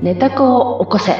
寝た子を起こせ。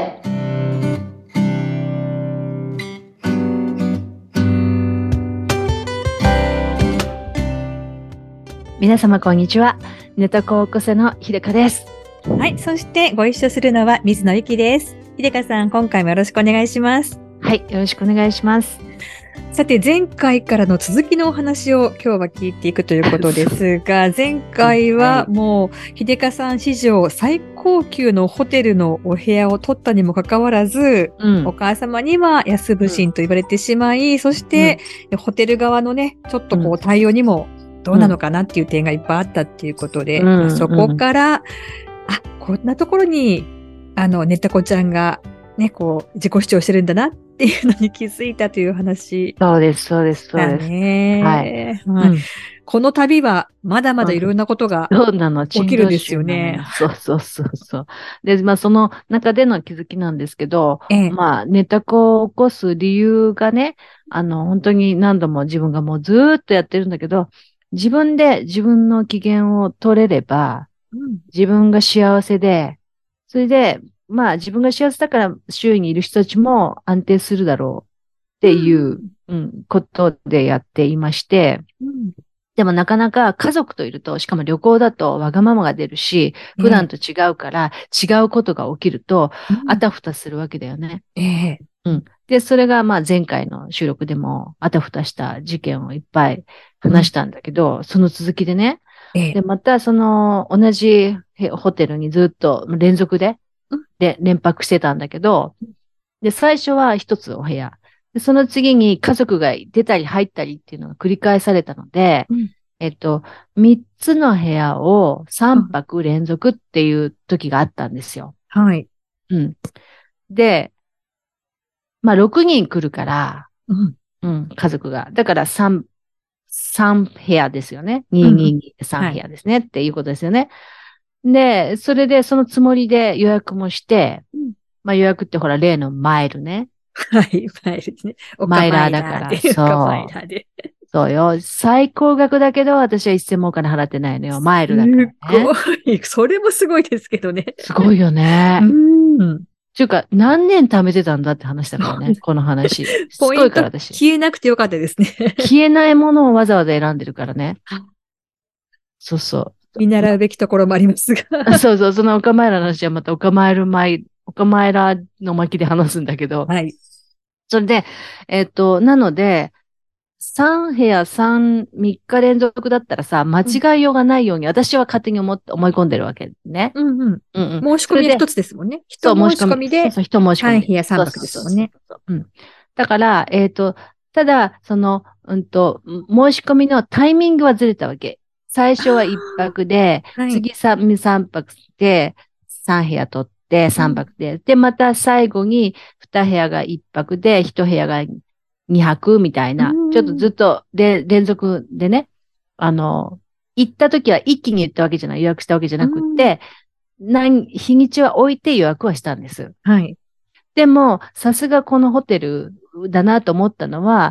皆様こんにちは。寝た子を起こせの秀香です。 はい、そしてご一緒するのは水野ゆきです。秀香さん、今回もよろしくお願いします。 はい、よろしくお願いします。 さて、前回からの続きのお話を今日は聞いていくということですが、前回はもう秀香さん史上最高級のホテルのお部屋を取ったにもかかわらず、お母様には安不審と言われてしまい、そして、ホテル側のね、ちょっとこう対応にもどうなのかなっていう点がいっぱいあったっていうことで、そこから、こんなところに、ねたこちゃんがね、こう、自己主張してるんだなっていうのに気づいたという話。 そうです、そうです、そうです。 はい。この旅は、まだまだいろんなことが起きるんですよね。 そうそうそうそう。で、その中での気づきなんですけど、寝た子を起こす理由がね、本当に何度も自分がもうずーっとやってるんだけど、自分で自分の機嫌を取れれば、自分が幸せで、それで、自分が幸せだから周囲にいる人たちも安定するだろうっていう、ことでやっていまして、でもなかなか家族といると、しかも旅行だとわがままが出るし、普段と違うから違うことが起きると、あたふたするわけだよね。で、それが前回の収録でもあたふたした事件をいっぱい話したんだけど、その続きでね、で、また同じホテルにずっと連続で、連泊してたんだけど、で、最初は一つお部屋。で、その次に家族が出たり入ったりっていうのが繰り返されたので、三つの部屋を3泊連続っていう時があったんですよ。 はい。 で、6人来るから、家族が。だから3部屋ですよね。223部屋ですね、っていうことですよね。で、それでそのつもりで予約もして、予約ってほら例のマイルね。 はい、マイルですね。 マイラーだから。そうよ。最高額だけど、私は一銭もお金払ってないのよ。マイルだからね。 すごい。それもすごいですけどね。 すごいよね。っていうか、何年貯めてたんだって話だからね、この話。すごいから私。 消えなくてよかったですね。 消えないものをわざわざ選んでるからね。そうそう。 見習うべきところもありますが。 そうそう、そのオカマイラの話はまたオカマイラの巻で話すんだけど。 はい。 それで、なので、3部屋3日連続だったらさ、間違いようがないように、私は勝手に思い込んでるわけね。 申し込みは一つですもんね。人申し込みで、 人申し込み。 3部屋3泊ですもんね。 だから、ただ、申し込みのタイミングはずれたわけ。最初は1泊で、次3泊で、3部屋取って3泊で、で、また最後に2部屋が1泊で、1部屋が2泊みたいな、ちょっとずっと連続でね、行った時は一気に言ったわけじゃない、予約したわけじゃなくって、日にちは置いて予約はしたんです。 はい。 でも、さすがこのホテルだなと思ったのは、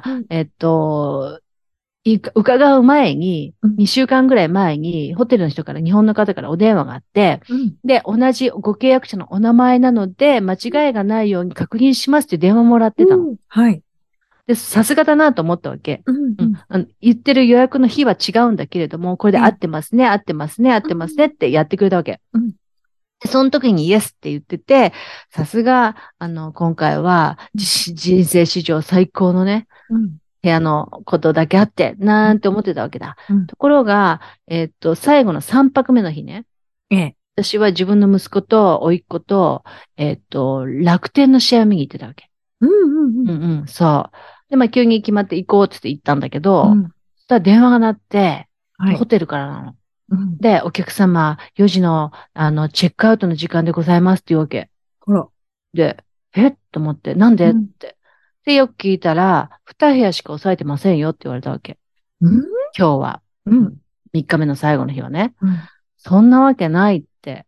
伺う前に、2週間ぐらい前に、ホテルの人から日本の方からお電話があって、で、同じご契約者のお名前なので、間違いがないように確認しますって電話もらってたの。 はい。 で、さすがだなと思ったわけ。言ってる予約の日は違うんだけれども、これで合ってますね、合ってますね、合ってますねってやってくれたわけ。で、その時にイエスって言ってて、さすが、今回は、人生史上最高のね、部屋のことだけあって、なんて思ってたわけだ。ところが、最後の3泊目の日ね。私は自分の息子と甥っ子と、楽天の試合を見に行ってたわけ。そう。で、急に決まって行こうって言ったんだけど、そしたら電話が鳴って、ホテルからなの。で、お客様、4時の、チェックアウトの時間でございますって言うわけ。で、と思って、なんでって。で、よく聞いたら、2部屋しか抑えてませんよって言われたわけ。今日は。3日目の最後の日はね。そんなわけないって。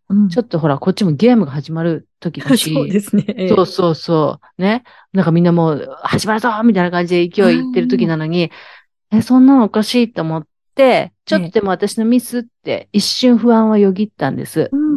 ちょっとほら、こっちもゲームが始まる時だし。 そうですね。 そう。ね。なんかみんなもう、始まるぞみたいな感じで勢いいってる時なのに、そんなのおかしいと思って、ちょっとでも私のミスって一瞬不安はよぎったんです。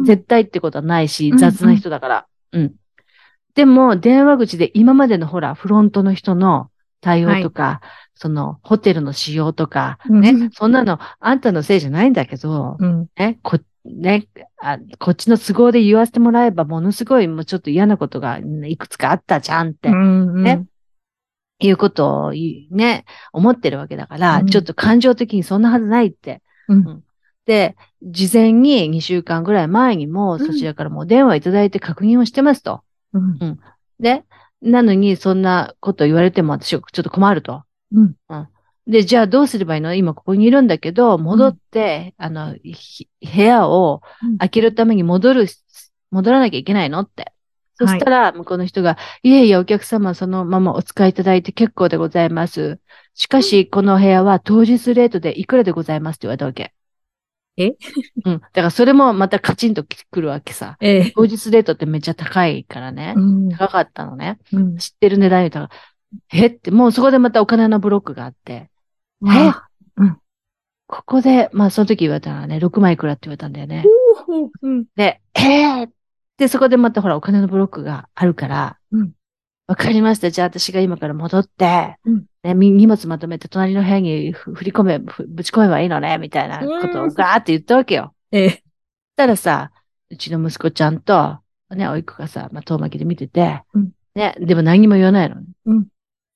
絶対ってことはないし、 うん雑な人だから。うん。でも、電話口で今までのほら、フロントの人の対応はい。 とか、その、ホテルの仕様とか、ね、 うん。 そんなの、あんたのせいじゃないんだけど、 うん。 ね、こっちの都合で言わせてもらえば、ものすごい、もうちょっと嫌なことがいくつかあったじゃんっうて、ね、 ん。 いうことをね、思ってるわけだから、ちょっうん。 と感情的にそんなはずないって。 うん。 うん。で、事前に2週間ぐらい前にも、そちうん。 らからもう電話いただいて確認をしてますと。 うん。 うん。で、なのに、そんなこと言われても私はちょっと困ると。 うん。 うん。で、じゃあどうすればいいの？今ここにいるんだけど、戻っうん。 て、部屋をうん。 開けるために戻らなきゃいけないのって。そしはい。 たら、向こうの人が、いえいえ、お客様そのままお使いいただいて結構でございます。しかうん。 し、この部屋は当日レートでいくらでございますって言われたわけ。 えうん。だからそれもまたカチンとくるわけさ。 ええ。 当日レートってめっちゃ高いからね。 うん。 高かったのね。 うん。 知ってる値段言うたら、えって、もうそこでまたお金のブロックがあって、えわあ。うん。 ここで、まあその時言われたのはね、6万いくらって言われたんだよね。 おーうん。 で、で、そこでまたほらお金のブロックがあるから、 うん。 わかりました。じゃあ私が今から戻って、 うん。 ね、荷物まとめて隣の部屋にぶち込めばいいのね、みたいなことうん。 をガーって言ったわけよ。 ええ。 たらさ、うちの息子ちゃんと、ね、おいっ子がさ、まあ、遠巻きで見てて、 うん。 ね、でも何にも言わないのね。 うん。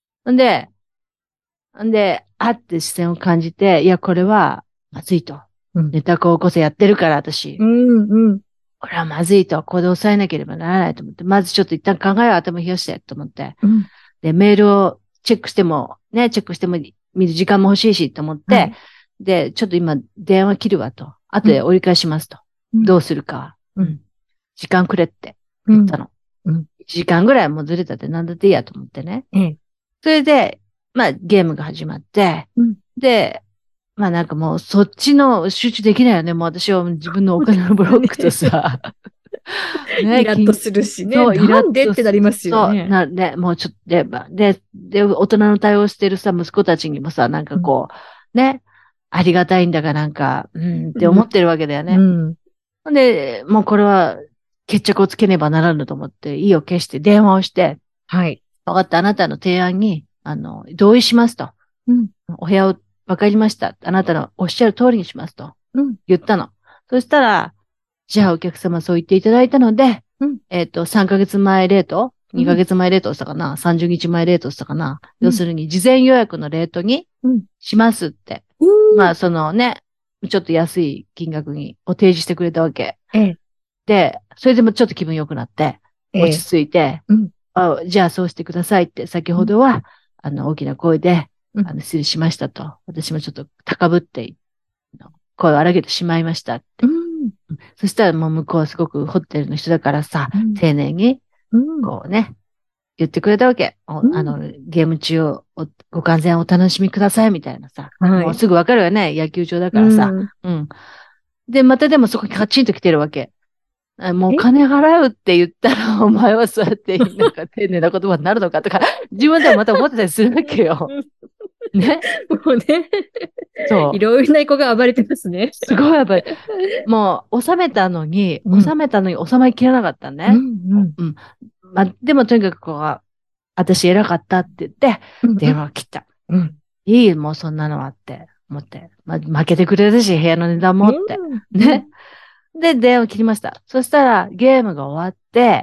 んで、あって視線を感じて、いや、これは、まずいと。 うん。 ネタ高校生やってるから、私。 うん。うん。 これはまずいと。ここで抑えなければならないと思って。まずちょっと一旦考えを頭冷やして、と思って。 うん。 で、メールをチェックしても見る時間も欲しいし、と思って。 はい。 で、ちょっと今、電話切るわと。後うん。 で折り返しますと。 うん。 どうするか。 うん。 うん。時間くれってうん。 言ったの。 うん。 1時間ぐらいもうずれたって何だっていいやと思ってね。 ええ。 それで、まあゲームが始まって、 うん。 で、まあなんかもうそっちの集中できないよね。もう私は自分のお金のブロックとさ、 イね、 ラッとするしね。 そう、イラなんでっッとてなりますよそう、 ね。 もうちょっと、大人の対応してるさ、息子たちにもさ、なんうん。 かこう、ね、ありがたいんだかなんか、うんってうん。 思ってるわけだようね。 ん。 ほんで、もうこれは決着をつけねばならぬと思って、意を決して電話をして、 はい。 分かった、あなたの提案に、同意しますと。 うん。 お部屋を分かりました。あなたのおっしゃる通りにしますとうん。 言ったの。そしたら、じゃあお客様そう言っていただいたので、 うん。 3ヶ月前レートう ?2 ヶん。 月前レートしたかな？ 30 日前レートしたかな？ うん。 要するに事前予約のレートにうん。 しますって。 うまあ、 ん。 そのね、ちょっと安い金額を提示してくれたわけ。 ええ。 で、それでもちょっと気分良くなって、落ちええ。 着いて、 うん。 じゃあそうしてくださいって、先うん。 ほどは、大きな声で、 うん。 失礼しましたと。私もちょっと高ぶって、声を荒げてしまいましたって。 うん。 そしたらもう向こうはすごくホテルの人だからさ、 うん。 丁寧に、 うん。 こうね、言ってくれたわけ。 うん。 ゲーム中ご完全お楽しみくださいみたいなさ。 はい。 もうすぐわかるよね。野球場だうからさ。 ん。 うん。で、またでもそこにカチンと来てるわけ。もうえ、 金払うって言ったら、お前はそうやってなんか丁寧な言葉になるのかとか、自分でもまた思ってたりするわけよ。 うん。 ね。 もうね、いそう。 ろいろな子が暴れてますね。 すごいやっぱり、もううん。 収めたのに収まりきれなかったうん。 ね。 うん。 うん。まあ、でもとにかく私偉かったって言って、 うん。う電ん。 話を切った。 うん。 いい、もうそんなのはって思って。まあ、負けてくれるし、部屋の値段うもって。 ん。うん。 ね。で、電話切りました。そしたら、ゲームが終わって、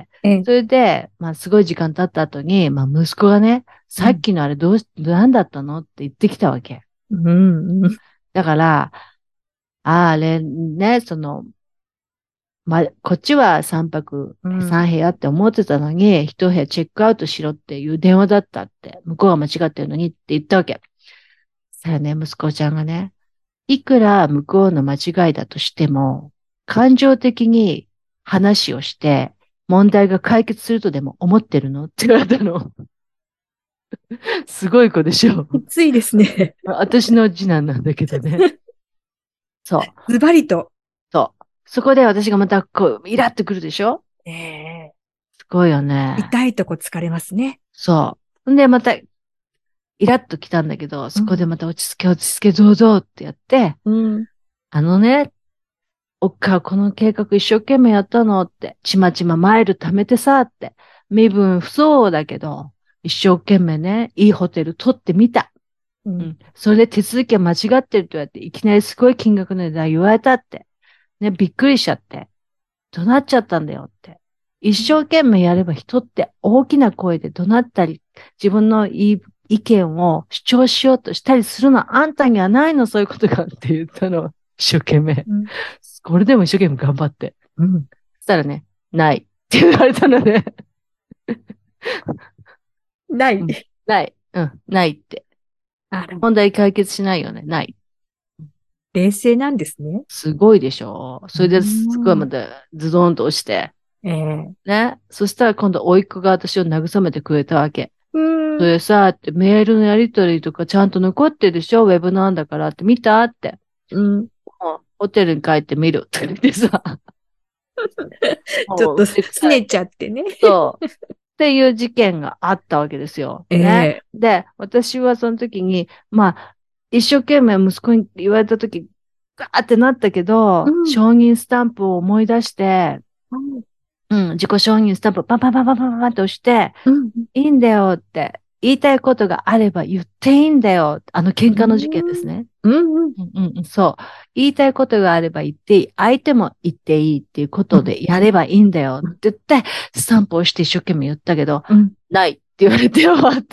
ええ。 それで、まあ、すごい時間経った後に、まあ、息子がね、 うん。 さっきのあれ何だったのって言ってきたわけ。 うん。うん。 だから、あれね、まあ、こっちは3泊うん。 3部屋って思ってたのに、1部屋チェックアウトしろっていう電話だったって、向こうが間違ってるのにって言ったわけ。さあね、息子ちゃんがね、いくら向こうの間違いだとしても、感情的に話をして、問題が解決するとでも思ってるのって言われたの。すごい子でしょ。 きついですね。 私の次男なんだけどね。そう。 ズバリと。 そう。そこで私がまたイラッとくるでしょ？ ええ。 すごいよね。 痛いとこ疲れますね。 そう。んで、また、イラッと来たんだけど、そこでうん。 また落ち着け、どうぞってやって、 うん。 あのね、 おっか、この計画一生懸命やったのって、ちまちまマイル貯めてさ、って、身分不相応だけど、一生懸命ね、いいホテル取ってみた。うん。それで手続きは間違ってると言われて、いきなりすごい金額の値段言われたって。ね、びっくりしちゃって。怒鳴っちゃったんだよって。一生懸命やれば人って大きな声で怒鳴ったり、自分の意見を主張しようとしたりするの、あんたにはないの、そういうことがって言ったの。一生懸命。 うん。 これでも一生懸命頑張って。 うん。 そしたらね、ないって言われたので、 ない。 うん、ない。うん、ないって。問題解決しないよね。ない。 冷静なんですね。 すごいでしょ。それですごいまでズドンと押して。 ええ。 ね。そしたら今度、甥っ子が私を慰めてくれたわけ。 うん。 それさ、ってメールのやりとりとかちゃんと残ってるでしょウェブなんだからって見たって。 うん。 もうホテルに帰って見るって言ってさ。 ちょっともう拗ねちゃってね。 そう。っていう事件があったわけですよ。 えね。 え。 で、私はその時に、まあ、一生懸命息子に言われた時、ガーってなったけど、 うん。 承認スタンプを思い出して、 うん。 うん、自己承認スタンプパンパンパンパンパンパンって押して、 うん。 いいんだよって、言いたいことがあれば言っていいんだよ。喧嘩の事件ですね。 うん。うん。 そう。言いたいことがあれば言っていい。相手も言っていいっていうことでやればいいんだよって言って、スタンプを押して一生懸命言ったけど、 うん。 ないって言われて終わって。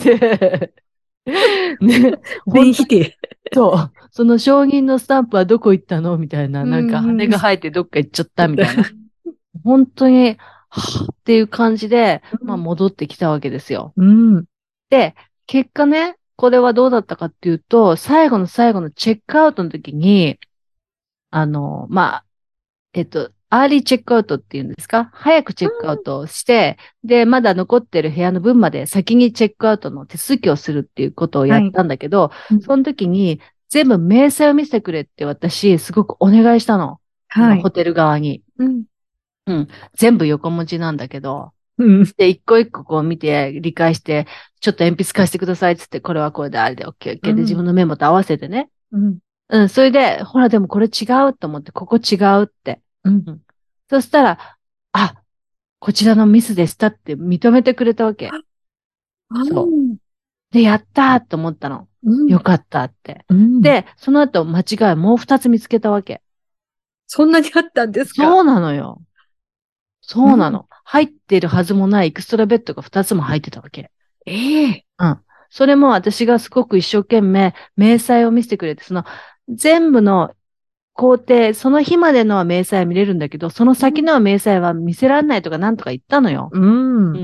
ね、 全否定。 そう。その承認のスタンプはどこ行ったのみたいな、なんかうん。 羽が生えてどっか行っちゃったみたいな。本当に、はぁっていう感じで、まあ戻ってきたわけですよ。 うん。 で、結果ね、これはどうだったかっていうと、最後の最後のチェックアウトの時に、まあ、アーリーチェックアウトっていうんですか早くチェックアウトをして、で、まだ残ってる部屋の分まで先にチェックアウトの手続きをするっていうことをやはい。 ったんだけど、 うん。 その時に全部明細を見せてくれって私、すごくお願いしたの。そはい。 のホテル側に。 うん。 うん。全部横文字なんだけど。 うん。 で、一個一個こう見て、理解して、ちょっと鉛筆貸してくださいっつって、これはこれであれで OKOK で自うん。 分のメモと合わせてね。 うん。 うん。それで、ほらでもこれ違うと思って、ここ違うって。 うん。 うん。そしたら、あ、こちらのミスでしたって認めてくれたわけ。そう。で、やったーと思ったの。 うん。 よかったって。 うん。 で、その後間違いもう二つ見つけたわけ。 そんなにあったんですか？ そうなのよ。 うん。 そうなの。入ってるはずもないエクストラベッドが二つも入ってたわけ。 ええ。 うん。それも私がすごく一生懸命、明細を見せてくれて、その全部の工程、その日までのは明細は見れるんだけど、そのうん。 先の明細は見せられないとかなんとか言ったのよ。 うん。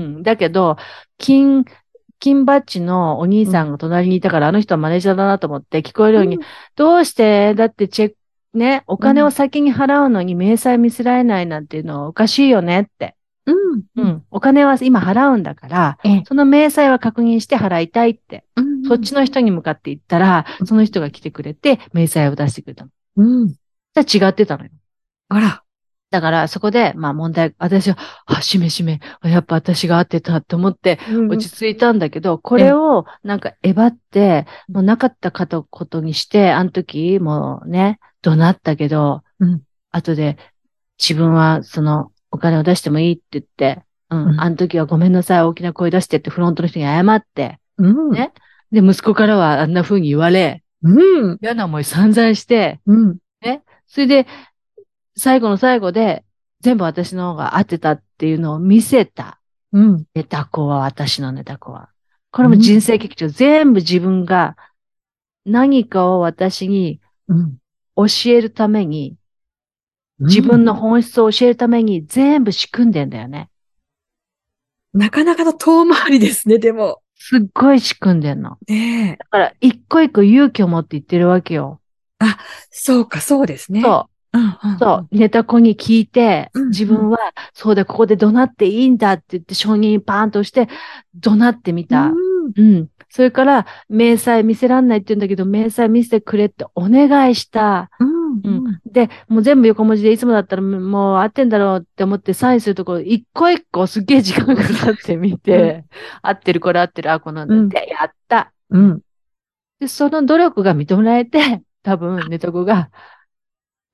うん。だけど、金、金バッジのお兄うん。 さんが隣にいたから、あの人はマネージャーだなと思って聞こえるように、 うん。 どうしてだってチェック、ね、お金をうん。 先に払うのに明細見せられないなんていうのはおかしいよねって。 うん。うん。 うん。お金は今払うんだから、 ええ。 その明細は確認して払いたいって。 うん。 そっちの人に向かって言ったら、 うん。 その人が来てくれて、明細を出してくれたの。 うん。 じゃあ違ってたのよ。 あら。 だから、そこで、まあ問題、私は、しめしめ、やっぱ私が合ってたと思ってうん。 落ち着いたんだけど、こええ。 れをなんかえばって、もうなかったことにして、あの時もうね、怒鳴ったけど、 うん。 後で自分はそのお金を出してもいいって言って、 うん。 あの時はごめんなさい、大きな声出してってフロントの人に謝って、 うん。 ね。で、息子からはあんな風に言われ、 うん。 嫌な思い散々して、 うん。 ね。それで、最後の最後で、全部私の方が合ってたっていうのを見せた。 うん。 ネタ子は、私のネタ子は。これもうん。 人生劇場、全部自分が何かを私にうん。 教えるために、 うん。 自分の本質を教えるために全部仕組んでんだよね。 なかなかの遠回りですね、でも。 すっごい仕組んでんの。 ねえ。 だから、一個一個勇気を持って言ってるわけよ。 あ、そうか、そうですね。 そう。 うん。うん。うん。 そう、ネタ子に聞いて、 うん。うん。 自分は、そうだ、ここで怒鳴っていいんだって言って、承認パーンとして、怒鳴ってみうた。 ん。 うん。それから、明細見せらんないって言うんだけど、明細見せてくれってお願いした。 うん。 うん。 うん。 で、もう全部横文字で、いつもだったらもう合ってんだろうって思ってサインするところ、一個一個すっげえ時間かかってみうん。 て、合ってる、これ合ってる、あ、こうなんだっうん。 て、やった。 うん。 で、その努力が認められて、多分、ネタ子が、うん。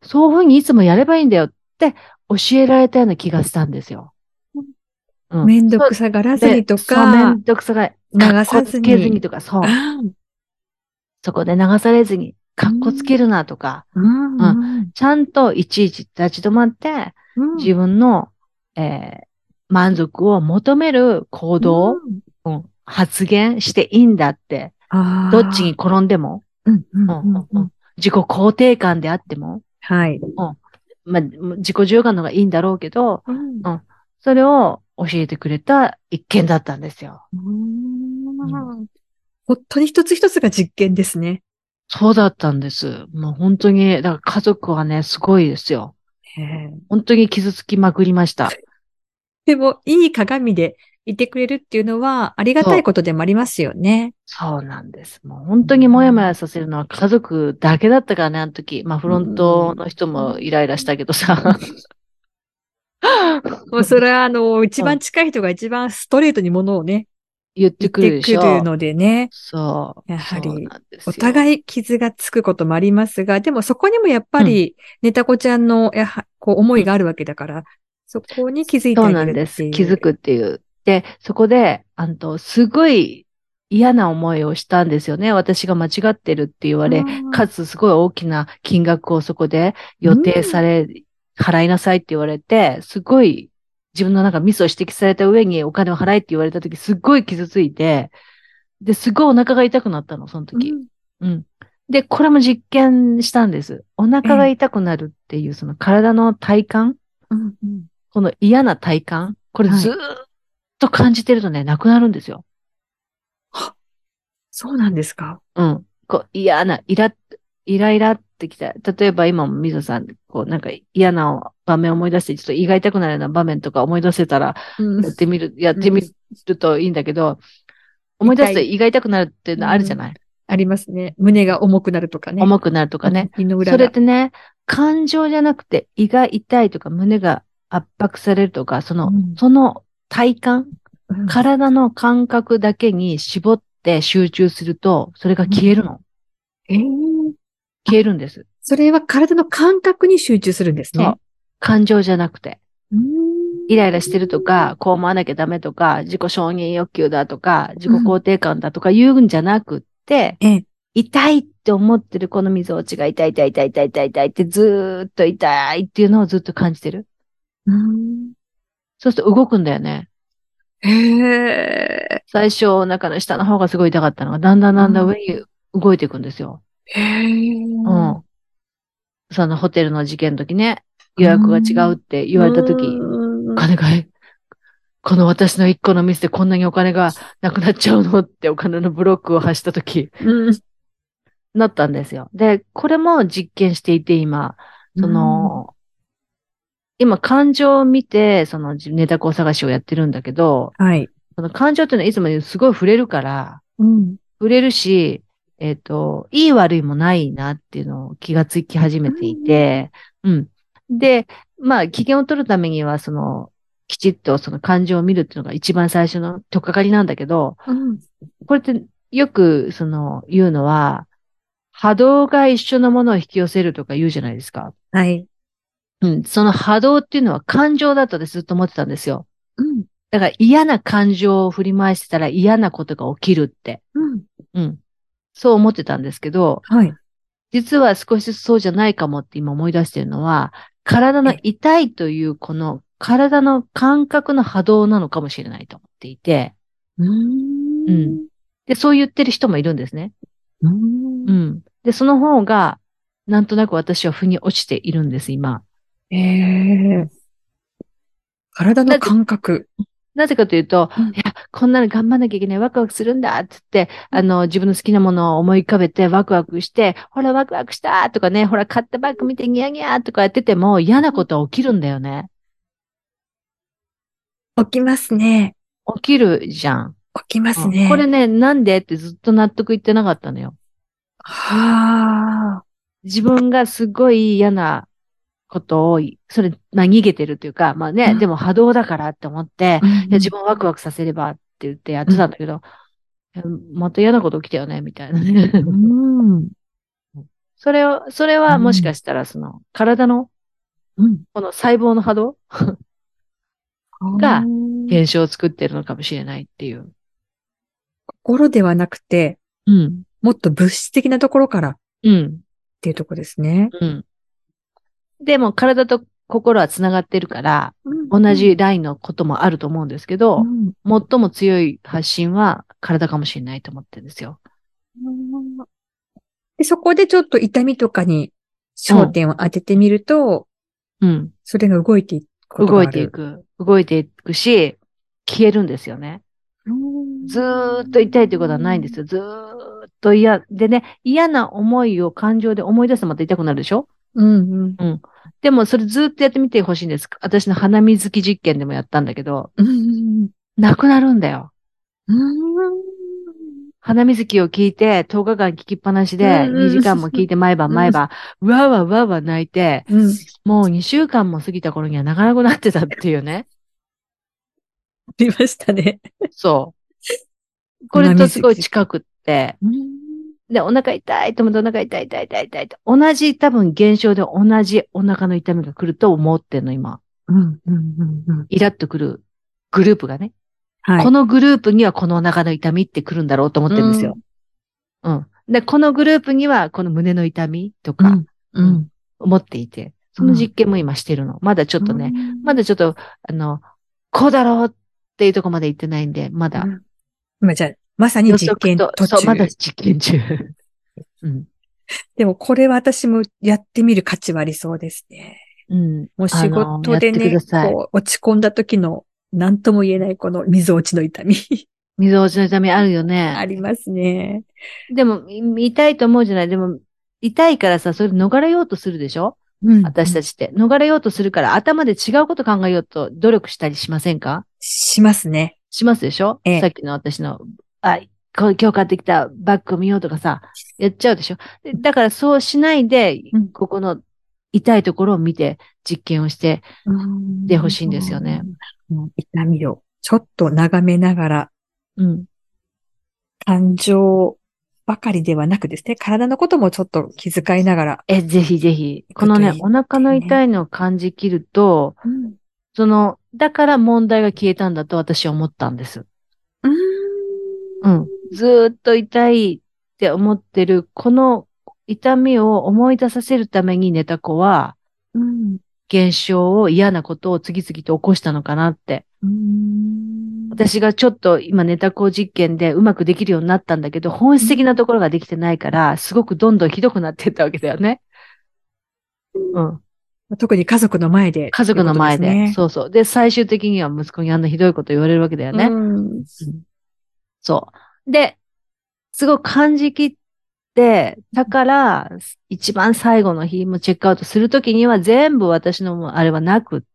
そういうふうにいつもやればいいんだよって教えられたような気がしたんですよ。うん。 めんどくさがらずにとそう、めか、 んどくさが、かっ流さこつけずずに。 にとか、そう。 あーそこで流されずに、 うかっこつけん、 るなとか、 ううん。 ん、うん、 ちゃんといちいち立ち止まって、 うん、 自分の、えー満足を求める行う動、 ん。 うん、発言していいんだって。どっちにああ、 転んでも、 うん、うん、 うんうん、うん。 うんうん、自己肯定感であっても、 はい。 うん、まあ、自己自由感の方がいいんだろうけど、 うん。 うん、それを教えてくれた一件だったんですよ。 ううん、 ーん。本当に一つ一つが実験ですね。 そうだったんです。もう本当に、だから家族はね、すごいですよ。 へえ。 本当に傷つきまくりました。 でも、いい鏡でいてくれるっていうのは、ありがたいそう。 ことでもありますよね。 そうなんです。もう本う当にもやもん。 やさせるのは家族だけだったからね、あの時。まあフうロントん。 の人もイライラしたけどさ。 もうそれは、一うん、 番近い人が一番ストレートにものをね、言っ言ってくるてくるでしょ。 のでね。 そう、 やはり、 そうなんでおすよ。 互い傷がつくこともありますが、でもそこにもやっぱうん。 り、ネタ子ちゃんの、こう、思うん、 いがあるわけだから、そこに気づいてそうあげるっなんです。 ていう。 気づくっていう。で、そこで、すごい嫌な思いをしたんですよね。私が間違ってるって言わあれ、かあ、 つすごい大きな金額をそこで予うん、 定され、払いなさいって言われて、すごい自分のなんかミスを指摘された上にお金を払えって言われた時、すっごい傷ついて、で、すごいお腹が痛くなったの、その時。 うん、 うん。で、これも実験したんです。お腹がええ、 痛くなるっていう、その体の体感、 うん、うん。 この嫌な体感、これはい。 ずーっと感じてるとね、なくなるんですよ。 あ、そうなんですか。 うん。こう、嫌な、イライラってきた。例えば今もみぞさん、こう、なんか嫌な場面を思い出して、ちょっと胃が痛くなるような場面とか思い出せたら、 うん、 やっうん。 てみるといいんだけど、思い出痛い。 すと胃が痛くなるっていうのあるじゃうん。 ない。 ありますね。胸が重くなるとかね。 重くなるとうん、 かね。それっ胃の裏が。 てね、感情じゃなくて胃が痛いとか胸が圧迫されるとか、 うん、 その体感、 うん、 体の感覚だけに絞って集中すると、それがうん。 消えるの。 ええ、あ、 消えるんです。 それは体の感覚に集中するんですね。 そう。感情じゃなくて。 うーん。 イライラしてるとか、こう思わなきゃダメとか、自己承認欲求だとか、自己うん。 肯定感だとか言うんじゃなくって、 ええ。 痛いって思ってるこの溝落ちが痛い痛い痛い痛い痛い痛いってずーっと痛いっていうのをずっと感じてる。 うーん。 そうすると動くんだよね。 へえ。 最初、お腹の下の方がすごい痛かったのが、だんだんだんだん上うん。 に動いていくんですよ。 へえ。 うん。そのホテルの事件の時ね、 うー予約が違うん。 って言われた時、おうーん。 金が、この私の一個のミスでこんなにお金がなくなっちゃうのってお金のブロックを発した時、 うん。 なったんですよ。で、これも実験していて今、 うそん。 の、今感情を見て、そのネタ子探しをやってるんだけど、 はい。 その感情っていうのはいつもすごい触れるから、 うん。 触れるし、いい悪いもないなっていうのを気がつき始うめていん。 て、うん。で、まあ、機嫌を取るためには、きちっとその感情を見るっていうのが一番最初の取っかかりなんだけど、 うん。 これってよく、言うのは、波動が一緒のものを引き寄せるとか言うじゃないですか。 はい。 うん。その波動っていうのは感情だとずっと思ってたんですよ。 うん。 だから嫌な感情を振り回してたら嫌なことが起きるって。 うん。 うん。そう思ってたんですけど、 はい。 実は少しずつそうじゃないかもって今思い出しているのは、体のえ、 痛いというこの体の感覚の波動なのかもしれないと思っていて、 うーうん。 ん。 で、そう言ってる人もいるんですね。 うーん。 うん。で、その方が、なんとなく私は腑に落ちているんです、今。 ええ。体のなぜ、 感覚。 なぜかというと、 うん。 いや、こんなの頑張んなきゃいけない、ワクワクするんだ、つって、自分の好きなものを思い浮かべてワクワクして、ほら、ワクワクしたとかね、ほら、買ったバッグ見てニヤニヤとかやってても嫌なことは起きるんだよね。 起きますね。 起きるじゃん。 起きますうん。これね。 ね、なんでってずっと納得いってなかったのよ。 はあ。 自分がすごい嫌なことを、まあ逃げてるというか、まあね、でうん。 も波動だからって思って、 うん。 いや、 うん。 自分をワクワクさせればって言ってやっうん。 てたんだけど、いやまた嫌なこと起きたよね、みたいなね。 うーん。 それはもしかしたら体の、 うん。 この細胞の波動あがー、 現象を作ってるのかもしれないっていう。 心ではなくて、 うん。 もっと物質的なところからっうん。 ていうところですね。 うん。でも体と心はつながってるから、 うん、 同うん、 じラインのこともあると思うんですけど、 うん。 最も強い発信は体かもしれないと思ってるんですよ。 で、そこでちょっと痛みとかに焦うん。 点を当ててみると、 うん。 それが動いていくこと動いがある。 ていく。動いていくし、消えるんですよね。 うーずーっと痛いってことはないんですん。 よ。ずーっと嫌。でね、嫌な思いを感情で思い出すとまた痛くなるでしょ。 うん、うん。 うん。でもそれずーっとやってみてほしいんです。私の鼻水き実験でもやったんだけど、 うん、 なくなるんだよ。 うん。 鼻水きを聞いて、10日間聞きっぱなしうで、2 ん、 時間も聞いて毎晩うん、 毎晩、わーわーわーわー泣いて、 うん。 もう2週間も過ぎた頃には泣かなくなってたっていうね。 ありましたね。 そう。これ鼻とす水き。 ごい近くって、 うん、 で、お腹痛いと思ってお腹痛い痛い痛い痛いと。同じ多分現象で同じお腹の痛みが来ると思ってんの、今。 うん、うん、うん。 イラッとくるグループがね。 はい。 このグループにはこのお腹の痛みって来るんだろうと思っうてるんですよ。 ん、 うん。で、このグループにはこの胸の痛みとか、 うん、ううん、 ん、 思っていて、そのうん。 実験も今してるの。まだちょっうとね、まん、 だちょっと、こうだろうっていうところまで行ってないんで、まだうん。今じゃあ、まさに予実験測と、そう、まだ途中。 実験中。うん。 でもこれは私もやってみる価値はありそうですね。 うん。 もう仕事やってくだでね、 さい。 落ち込んだ時の何とも言えないこの溝落ちの痛み水落ちの痛みあるよあね。 りますね。 でも、痛いと思うじゃない。でも、痛いからさ、それ逃れようとするでしょ。 うん、うん。 私たちって。逃れようとするから、頭で違うこと考えようと努力したりしませんか？ しますね。 しますでしょ。 ええ。 さっきの私の、あ、今日買ってきたバッグを見ようとかさ、やっちゃうでしょ。だからそうしないで、 うん。 ここの痛いところを見て実験をしてうーん。 でほしいんですよね。 痛みをちょっと眺めながら、 うん。 感情ばかりではなくですね、体のこともちょっと気遣いながらぜひぜひ。 行このね、 くといいっお腹の痛てね。 いのを感じきると、 うん。 だから問題が消えたんだと私は思ったんです。 うーん。 うん。ずーっと痛いって思ってる、この痛みを思い出させるために寝た子は、 うん。 現象を嫌なことを次々と起こしたのかなって。 うーん。 私がちょっと今ネタ講実験でうまくできるようになったんだけど、本質的なところができてないから、すごくどんどんひどくなっていったわけだよね。うん。 特に家族の前で家族ということでの前で。 すね。 そうそう。で、最終的には息子にあんなひどいこと言われるわけだようね。 ん。 うん。そう。で、すごく感じきって、だから、一番最後の日もチェックアウトするときには全部私のあれはなくって、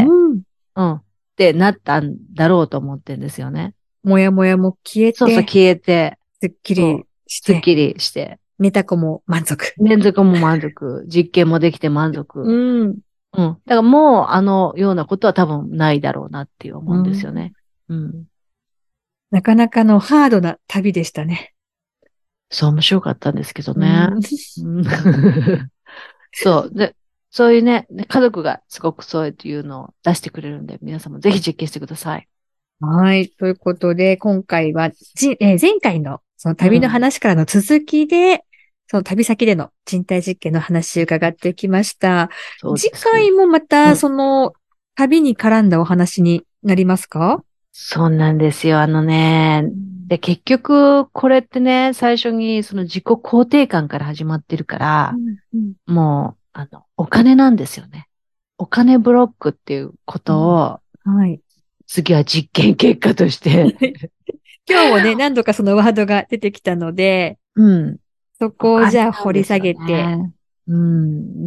うん。 うん。ってなったんだろうと思ってんですよね。 もやもやも消えそうそう、 て、 消えて、 すっきそう、 りして、 すっきりして、 寝た子も満足。 連続も満足、実験もできて満う足。 ん。 うん。だからもうあのようなことは多分ないだろうなっていう思うんですうん。 よね。うん。 なかなかのハードな旅でしたね。 そう面白かったんですけどね。 うん。 うん。そう。で、そういうね、家族がすごくそういうのを出してくれるんで、皆さんもぜひ実験してください。 はい。ということで、今回は前回のその旅のうん。 話からの続きで、その旅先での人体実験の話を伺ってきました。次そうです。 回もまた、 うん。 その旅に絡んだお話になりますか？ そうなんですよ。 うで、 ん、 結局、これってね、最初にその自己肯定感から始まってるから、 うん、うん、 もう、お金なんですよね。お金ブロックっていうこうん。 とを、 はい。 次は実験結果として、 今日もね、何度かそのワードが出てきたので、 うん。 そお金こをじゃあなんですよ掘り下げて、 ね。うん。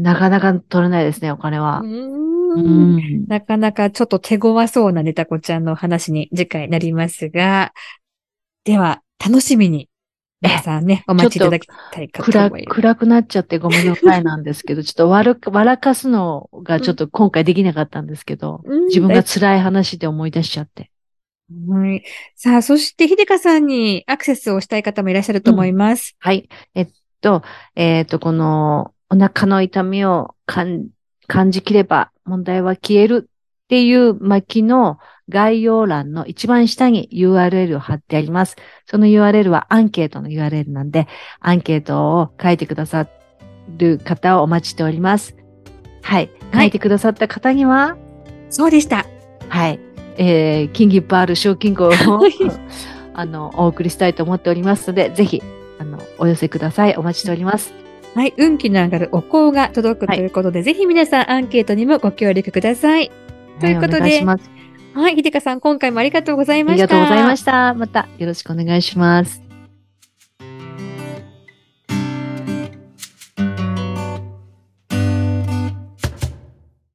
なかなか取れないですね、お金うは。うーん。 ん。 なかなかちょっと手強そうなネタ子ちゃんの話に次回なりますが、では、楽しみに皆え、 さんね、おちょっと待ちいただきたいかと思います。 暗くなっちゃってごめんなさいなんですけど、ちょっと笑かすのがうん、 ちょっと今回できなかったんですけど、 うん、 自分が辛い話で思い出しちゃって。 はい。さあ、そして、秀香さんにアクセスをしたい方もいらっしゃると思いうん。 ます。 はい。 と、このお腹の痛みを感じきれば問題は消えるっていう巻の概要欄の一番下に URL を貼ってあります。その URL はアンケートの URL なんで、アンケートを書いてくださる方をお待ちしております。はい。書いてくださった方には、 そうでした。 はい。金銀パール賞金庫をお送りしたいと思っておりますので、ぜひ、お寄せください。お待ちしております。 はい。運気の上がるお香が届くということで、ぜひ皆さんアンケートにもご協力ください。ということで、はい。秀香さん、今回もありがとうございました。 ありがとうございました。またよろしくお願いします。